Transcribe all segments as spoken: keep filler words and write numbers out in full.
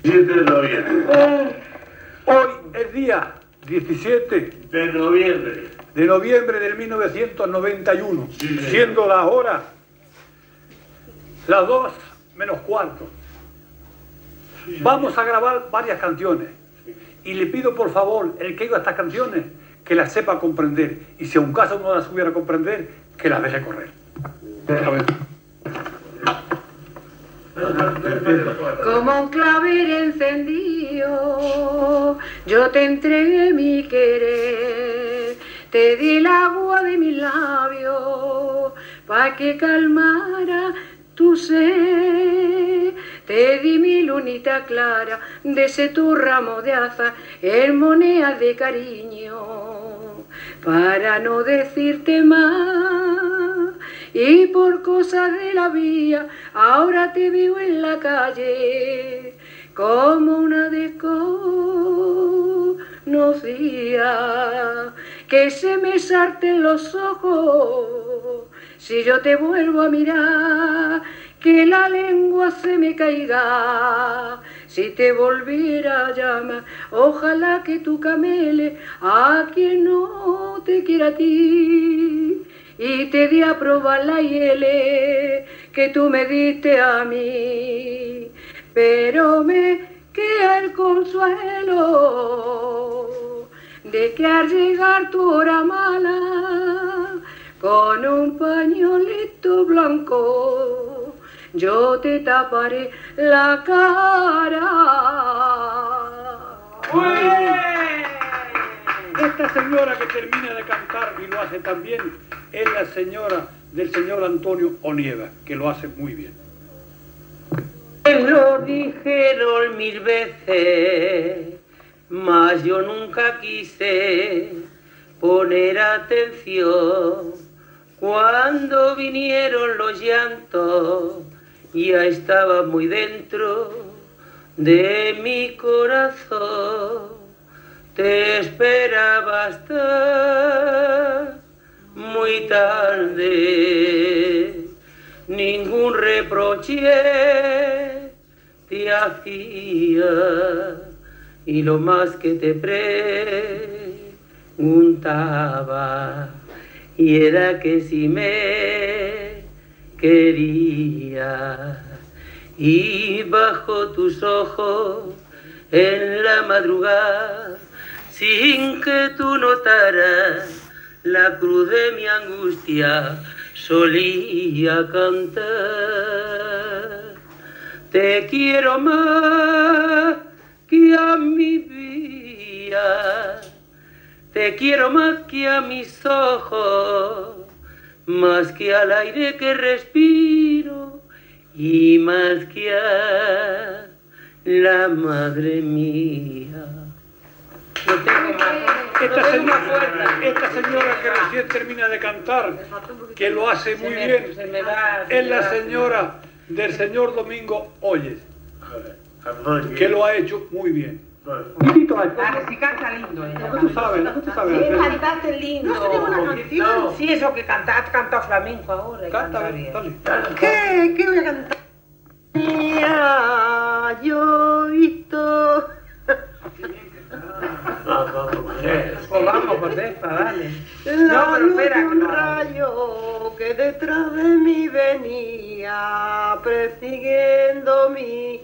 diecisiete de noviembre. Hoy es día diecisiete De noviembre. de noviembre del mil novecientos noventa y uno, Sí, señor. siendo la hora las dos menos cuarto. Sí, Vamos a grabar varias canciones y le pido por favor, el que oiga estas canciones, que las sepa comprender, y si a un caso no las supiera comprender, que las deje correr. A ver. Como un clavel encendido, yo te entregué mi querer, te di el agua de mis labios, pa' que calmara tu sed, te di mi lunita clara, de ese tu ramo de azar, en monedas de cariño, para no decirte más. Y por cosas de la vía, ahora te vivo en la calle, como una desconocida, que se me sarten los ojos, si yo te vuelvo a mirar, que la lengua se me caiga, si te volviera a llamar, ojalá que tú camele a quien no te quiera a ti. Y te di a probar la hiele que tú me diste a mí, pero me queda el consuelo de que al llegar tu hora mala, con un pañolito blanco yo te taparé la cara. Esta señora que termina de cantar y lo hace tan bien es la señora del señor Antonio Onieva, que lo hace muy bien. Me lo dijeron mil veces, mas yo nunca quise poner atención. Cuando vinieron los llantos, ya estaba muy dentro de mi corazón. Te esperaba hasta muy tarde, ningún reproche te hacía, y lo más que te preguntaba, y era que si me quería, y bajo tus ojos en la madrugada, sin que tú notaras la cruz de mi angustia, solía cantar. Te quiero más que a mi vida, te quiero más que a mis ojos, más que al aire que respiro y más que a la madre mía. No tengo más. Esta señora, esta señora que recién termina de cantar, que lo hace muy bien, es la señora del señor Domingo Oyes, que lo ha hecho muy bien. Ah, que si canta lindo. ¿eh? Lo que tú sabes, lo que tú sabes Sí, hacer. cantaste lindo. No tengo una canción. Sí, eso que cantaste, canta flamenco ahora. y Canta, canta bien, bien. dale. ¿Qué? ¿Qué voy a cantar? Mira, yo he visto. Pues vamos, Josefa, dale. No, pero espera, que un no. rayo que detrás de mí venía persiguiendo mi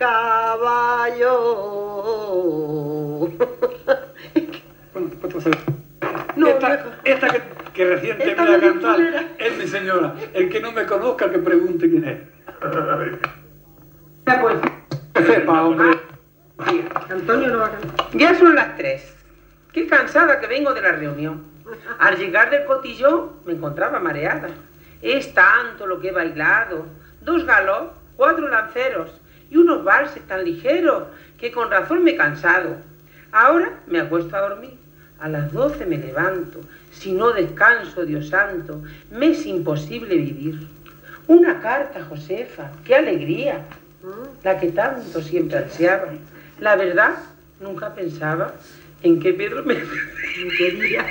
caballo. Bueno, después te vas a ver. No, esta, deja. esta que, que recién Esta termina de me cantar titulera. es mi señora. El que no me conozca, que pregunte quién es. Pues, Que sepa, hombre. Antonio no va a cantar. Ya son las tres. Qué cansada que vengo de la reunión. Al llegar del cotillón me encontraba mareada. Es tanto lo que he bailado. Dos galop, cuatro lanceros y unos valses tan ligeros que con razón me he cansado. Ahora me acuesto a dormir. A las doce me levanto. Si no descanso, Dios santo, me es imposible vivir. Una carta, Josefa, qué alegría. La que tanto siempre ansiaba. La verdad, nunca pensaba en que Pedro me, me quería.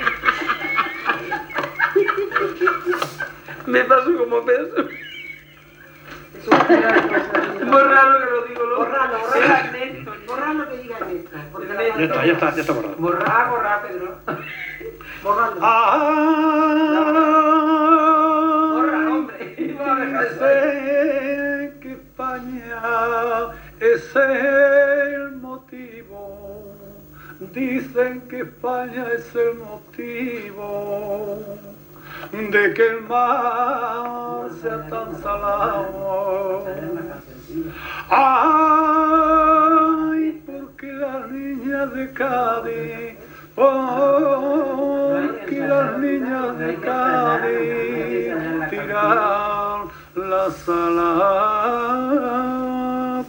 Me pasó como Pedro. Muy raro que lo digo, ¿no? Borralo, borralo. Era borrar lo que diga esto. Porque la Ya está, ya está, ya está borrado. Borra, borra, Pedro. borrarlo. Ah, Borra, hombre. sé que España es el motivo. Dicen que España es el motivo de que el mar sea tan salado. Ay, porque las niñas de Cádiz, porque las niñas de Cádiz tiran la sala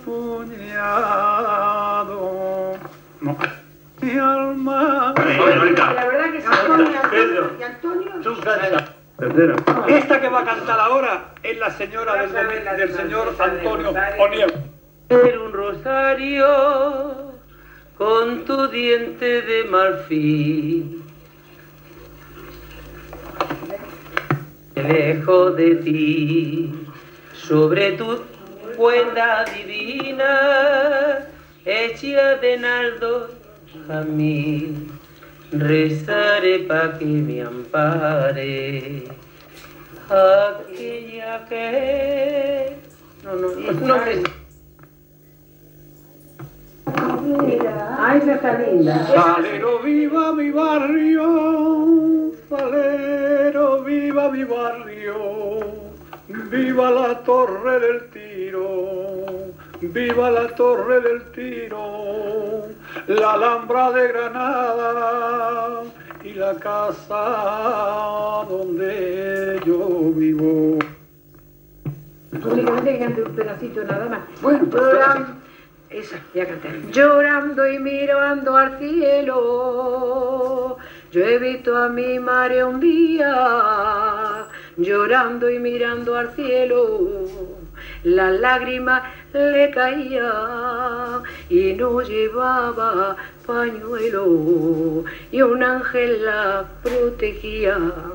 puñado. No. Mi alma. La verdad que sí. Pedro, Y Antonio, tú canta. Tercero. Esta que va a cantar ahora es la señora del, domi- del señor Antonio Oniel. Era un rosario con tu diente de marfil. Lejos de ti, sobre tu cuerda divina, hecha de nardo jamín, rezaré pa' que me ampare. Aquella que... No, no, no, no sé. ay, esa está linda. Salero viva mi barrio, salero viva mi barrio, viva la torre del tiro, viva la torre del tiro, la Alhambra de Granada y la casa donde yo vivo. Únicamente que cante un pedacito nada más. Bueno, pues, Llorando, esa, ya canté. Llorando y mirando al cielo, yo he visto a mi madre un día, llorando y mirando al cielo, las lágrimas le caían y no llevaba pañuelo y un ángel la protegía.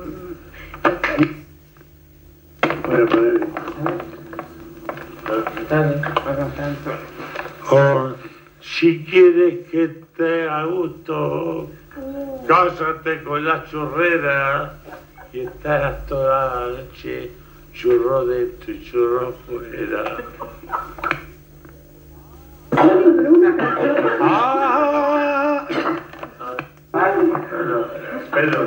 Bueno, pues. Dale, va cantando. O si quieres que esté a gusto, cásate con la churrera y estás toda la noche churro dentro y churro fuera. Ah, Pero, pero,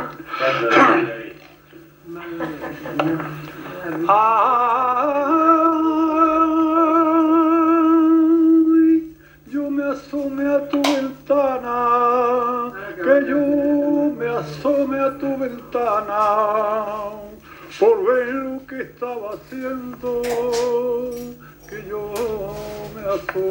ay, yo me asome a tu ventana, que yo me asome a tu ventana, por ver lo que estaba haciendo, que yo me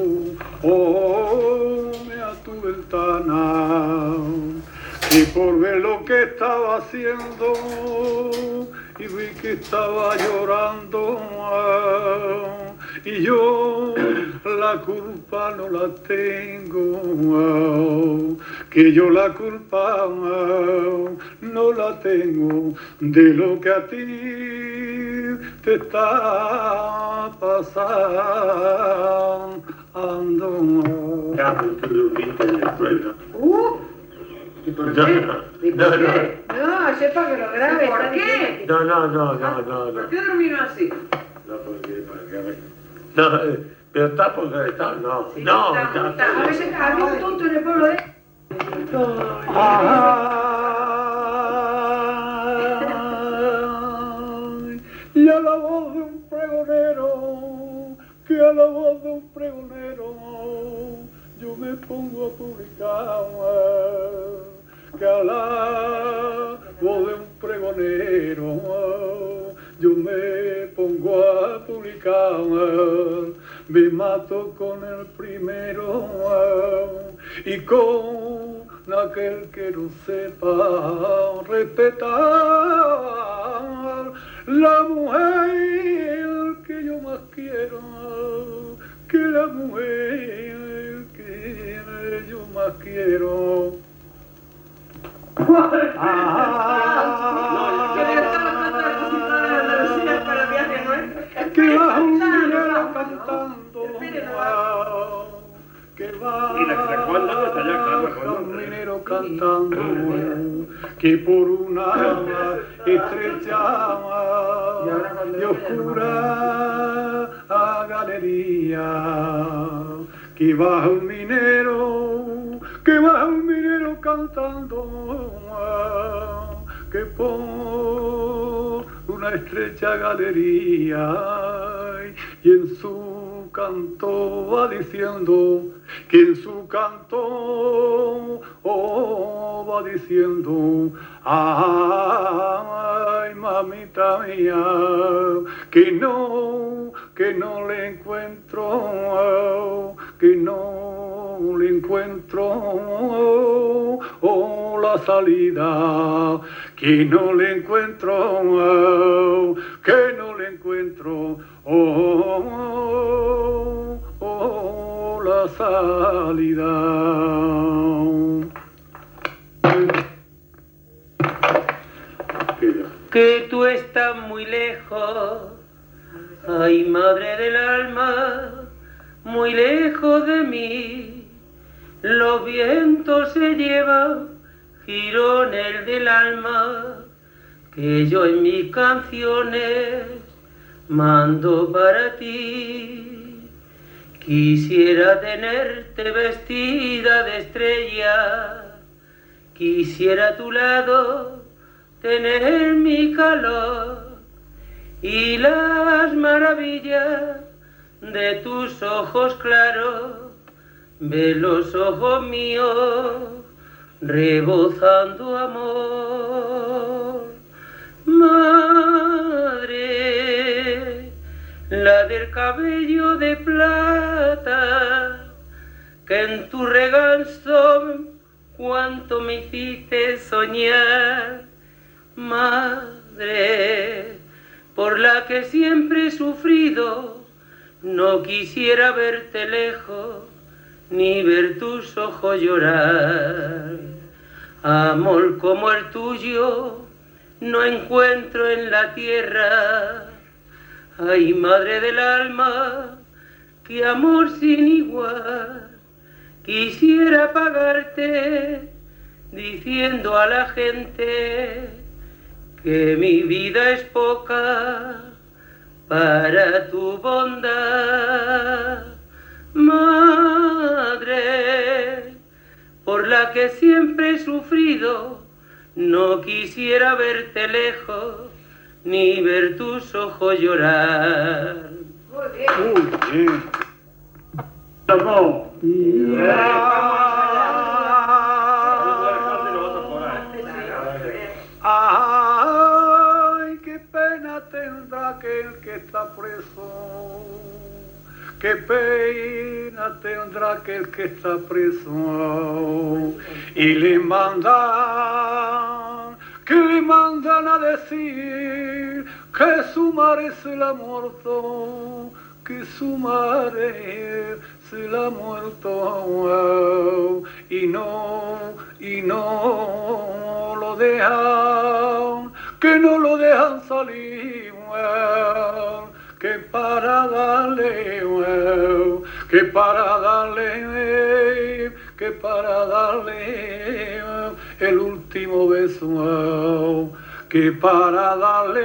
asome a tu ventana, y por ver lo que estaba haciendo, y vi que estaba llorando, ah, y yo la culpa no la tengo, ah, que yo la culpa ah, no la tengo de lo que a ti te está pasando. ya, pero tú dormiste en el suelo. Uh, No, no, no, no, no, sepa que lo grave. ¿Por está qué? diciendo no, no, no, no, no, no. ¿Por qué dormimos así? No, porque, porque, no, eh, pero está porque está, no, no, está, no, está. que- A veces había un tonto en el pueblo de... Ay, y a la voz de un pregonero, que a la voz de un pregonero, yo me pongo a publicar, que a la voz de un pregonero, yo me pongo a publicar, me mato con el primero y con aquel que no sepa respetar la mujer que yo más quiero, que la mujer que yo más quiero. Que la jumbillera cantando, que va Y la recuerda hasta allá, claro, con un minero cantando, que por una estrecha y oscura galería, que va un minero, que va un minero cantando, que por una estrecha galería, y en su canto va diciendo, que en su canto oh, va diciendo, ay, mamita mía, que no, que no le encuentro, que no le encuentro oh, la salida, que no le encuentro, que no le encuentro oh, oh, la salida. Que tú estás muy lejos, ay madre del alma, muy lejos de mí. Los vientos se llevan girones del alma, que yo en mis canciones mando para ti. Quisiera tenerte vestida de estrella, quisiera a tu lado tener mi calor y las maravillas de tus ojos claros, ve los ojos míos rebosando amor. Madre, la del cabello de plata, que en tu regazo cuánto me hiciste soñar. Madre, por la que siempre he sufrido, no quisiera verte lejos, ni ver tus ojos llorar. Amor como el tuyo no encuentro en la tierra. Ay, madre del alma, qué amor sin igual. Quisiera pagarte diciendo a la gente que mi vida es poca para tu bondad. Madre, por la que siempre he sufrido, no quisiera verte lejos, ni ver tus ojos llorar. Muy bien. Vamos. Ay, qué pena tendrá aquel que está preso. Qué pena tendrá aquel que está preso. Y le mandan, que le mandan a decir que su madre se la ha muerto, que su madre se la ha muerto, y no, y no lo dejan, que no lo dejan salir, que para darle, que para darle, que para darle el último beso, que para darle.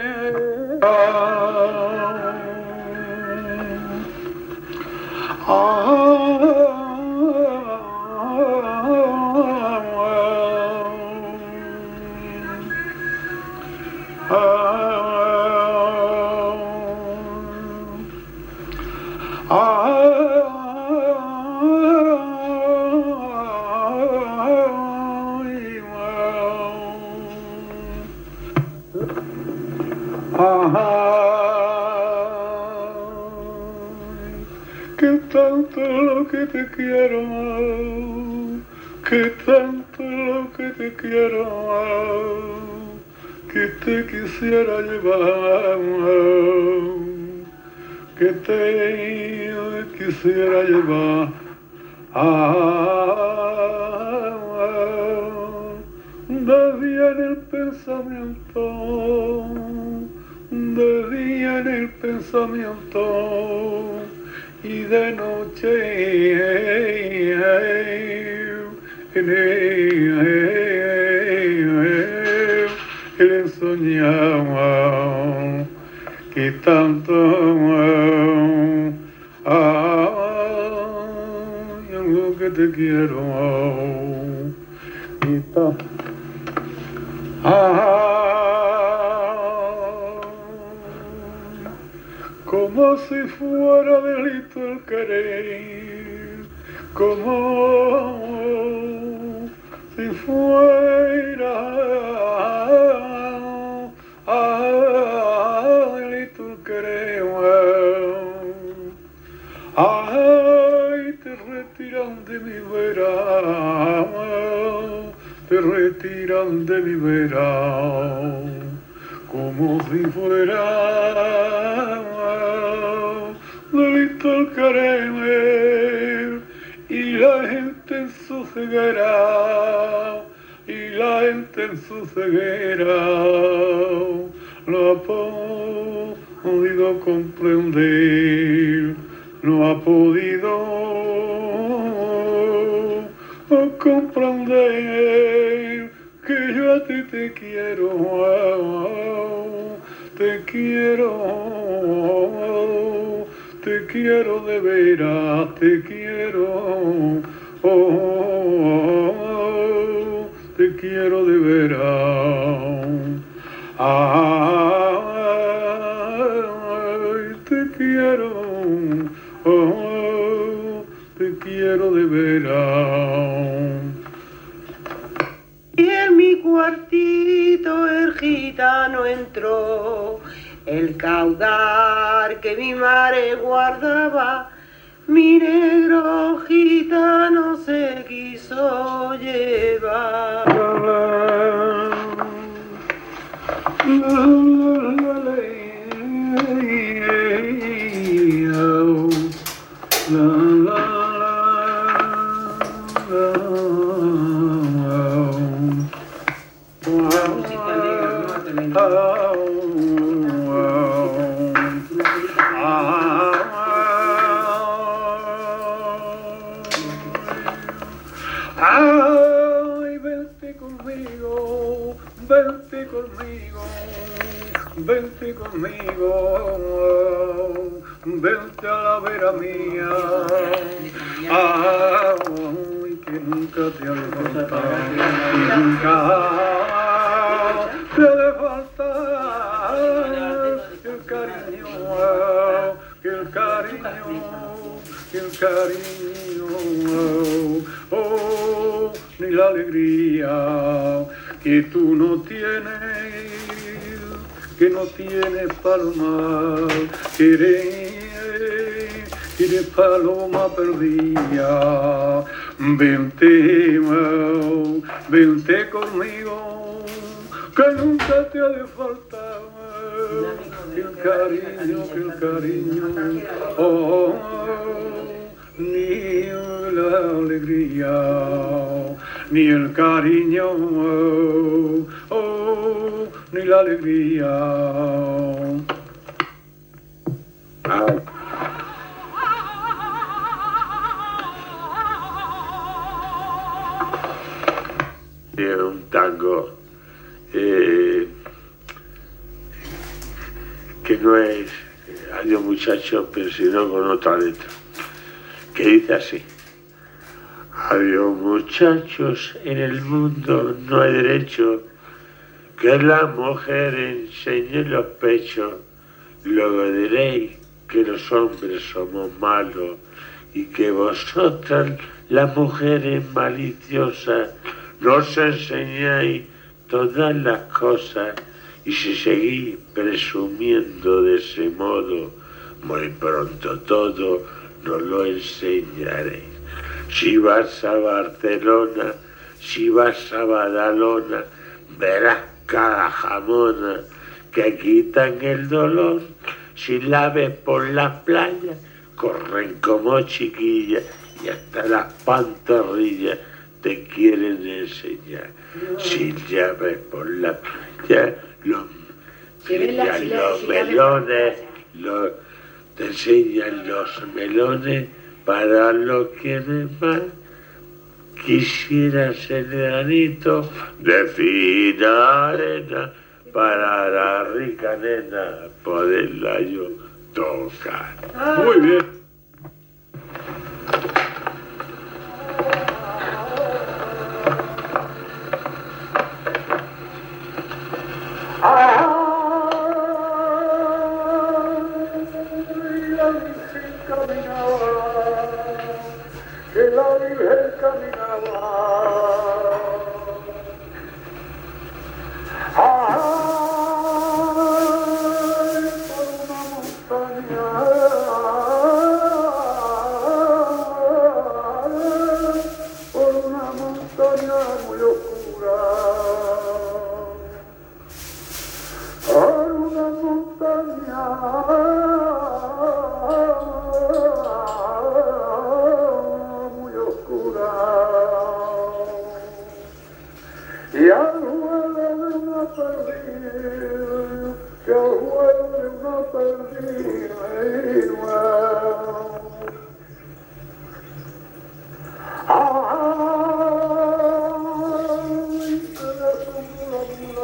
Que tanto lo que te quiero, que tanto lo que te quiero, que te quisiera llevar, que te quisiera llevar de día en el pensamiento, de día en el pensamiento. y de noche él soñaba que tanto ay, algo que te quiero y tanto ay, como si fuera delito el querer, como si fuera delito el querer. Ay, te retiran de mi vera, te retiran de mi vera, como si fuera delito el querer, y la gente en su ceguera, y la gente en su ceguera no ha podido comprender, no ha podido comprender que yo a ti te quiero, te quiero, te quiero de veras, te quiero, oh, te quiero de veras. Ay, te quiero, oh, te quiero de veras. Y en mi cuartito el gitano entró, el caudal que mi madre guardaba, mi negro gitano se quiso llevar. Ay, vente conmigo, vente conmigo, vente conmigo, vente a la vera mía. Ay, que nunca te ha de faltar, que nunca te ha de faltar el cariño, que el cariño, que el cariño, oh, ni la alegría que tú no tienes, que no tienes paloma, que eres, que eres paloma perdida. Vente, vente conmigo, que nunca te ha de faltar que el cariño, que el cariño, oh, ni la alegría, ni el cariño, oh, ni la alegría. Ay. Tiene un tango eh, que no es Adiós muchacho, pero sino con otra letra, que dice así: adiós muchachos, en el mundo no hay derecho que la mujer enseñe los pechos, luego diréis que los hombres somos malos y que vosotras, las mujeres maliciosas, nos enseñáis todas las cosas, y si seguís presumiendo de ese modo, muy pronto todo nos lo enseñaréis. Si vas a Barcelona, si vas a Badalona, verás cada jamona que quitan el dolor. Si la ves por las playas, corren como chiquillas y hasta las pantorrillas te quieren enseñar. Si ya ves por la playa los, Si ves la- ya si la- los si la ves- melones, los te enseñan los melones para los que demás quisiera ser granito de fina arena para la rica nena poderla yo tocar. Muy bien. Que la Virgen caminaba, ay, por una montaña, por una montaña muy oscura, por una montaña y al vuelo de una perdida, que al vuelo de una perdida igual. Ay, que la sombra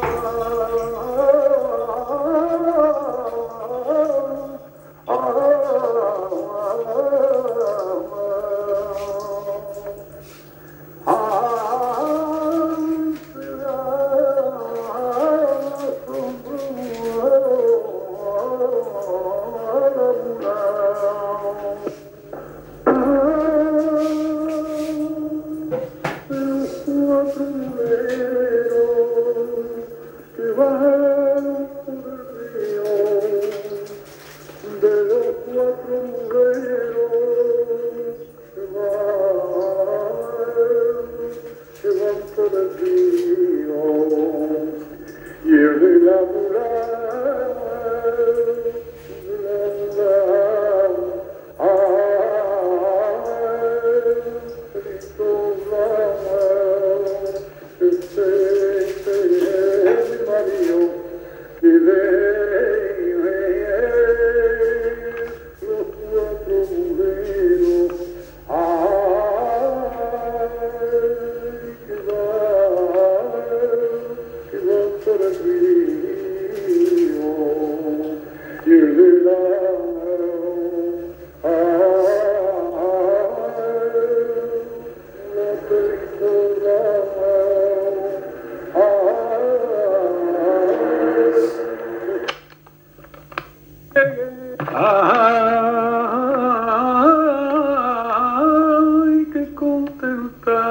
ay, qué contenta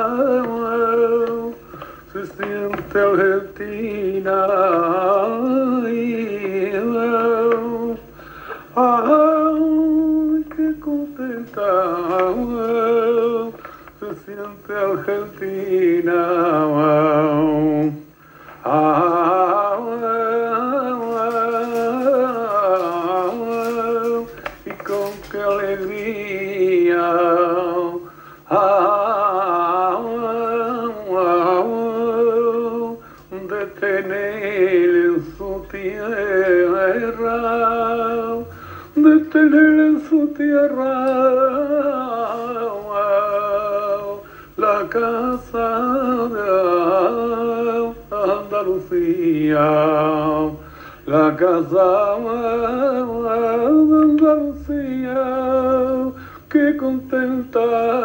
se siente Argentina, ay, qué contenta se siente Argentina, y con qué alegría de tener en su tierra, de tener en su tierra la casa de Andalucía, la casa de Andalucía, que contenta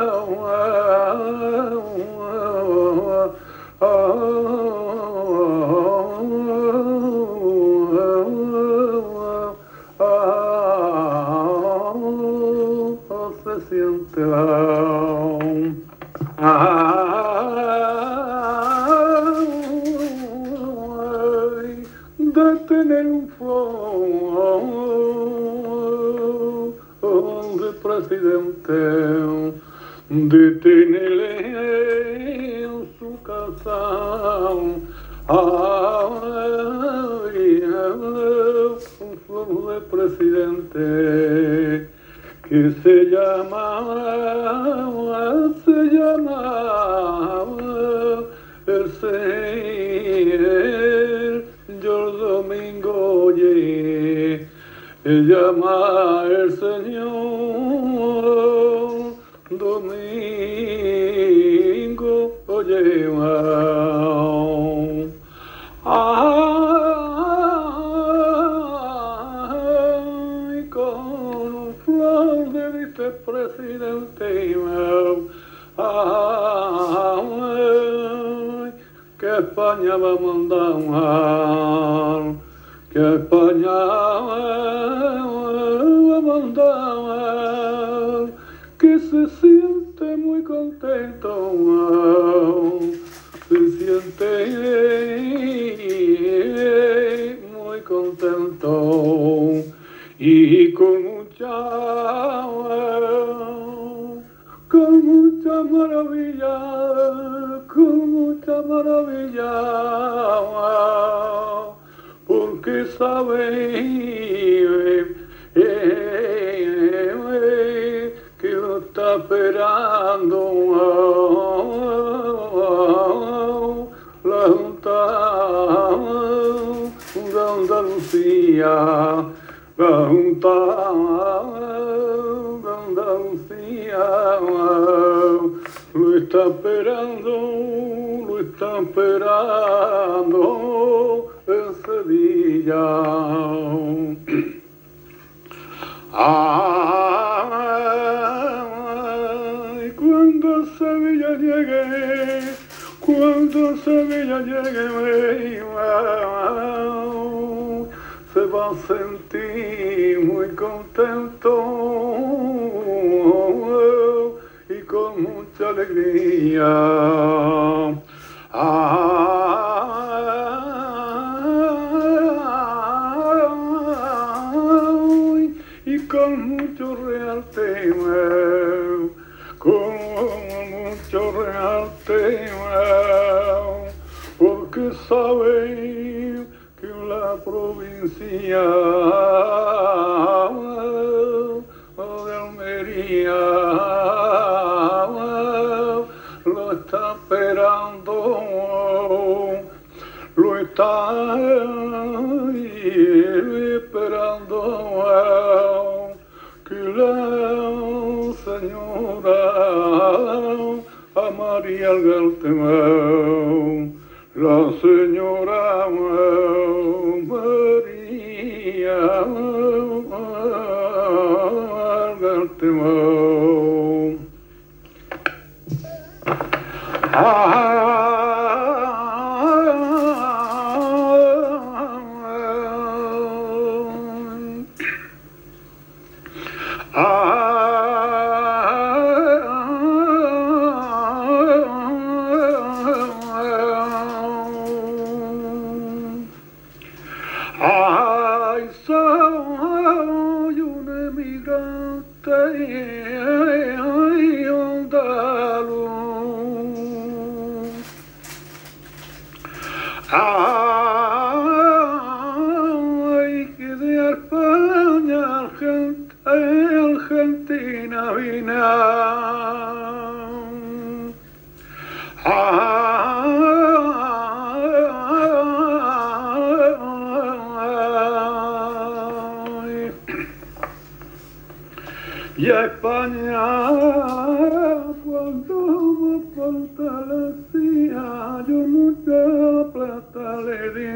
se siente ay, de tener un flor de presidente, de tenerle en su casa, ay, un flor de presidente que se llamaba, se llamaba el señor Domingo, oye, se llama el Señor Domingo lleva. Ay, con un flor de vicepresidente, ay, que España va a mandar, que España va a mandar, que se siente muy contento, se siente muy contento y con mucha, con mucha maravilla, con mucha maravilla, porque sabe que lo está esperando la Junta de Andalucía, la Junta de Andalucía lo está esperando, lo está esperando en Sevilla. Ay, cuando Sevilla llegue, cuando Sevilla llegue, se va a sentir muy contento y con mucha alegría. Ay, y con mucho real tema, con mucho real tema, porque sabe que la provincia de Almería lo está esperando, lo está esperando, que la señora a María Galtemau, la señora María Galtemau. Ay, soy un emigrante andaluz. Ay, que de España Argentina vine. Y a España cuando me fortalecía yo mucha plata le di.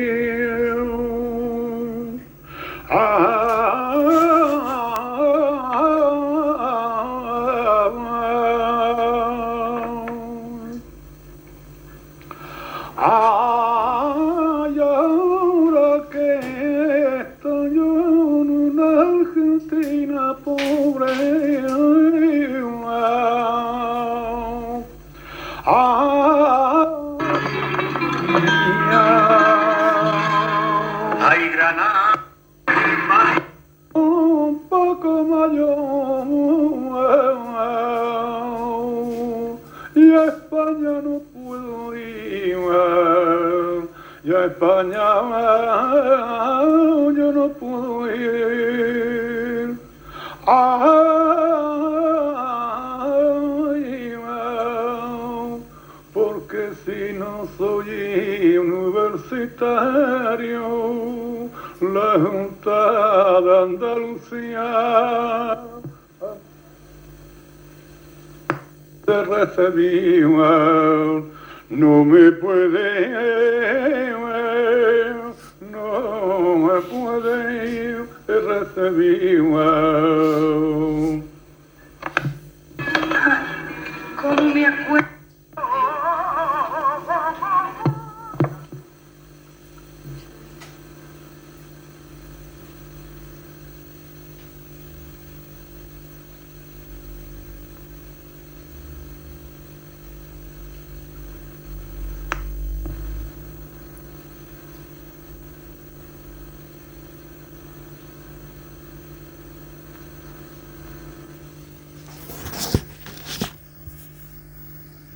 Ay, ahora que estoy en una Argentina pobre, Ay, Granada, un poco mayor, y a España no puedo ir, y a España yo no puedo ir. Ay, porque si no soy universitario, la Junta de Andalucía te recibir, no me puede, no me puede recibir.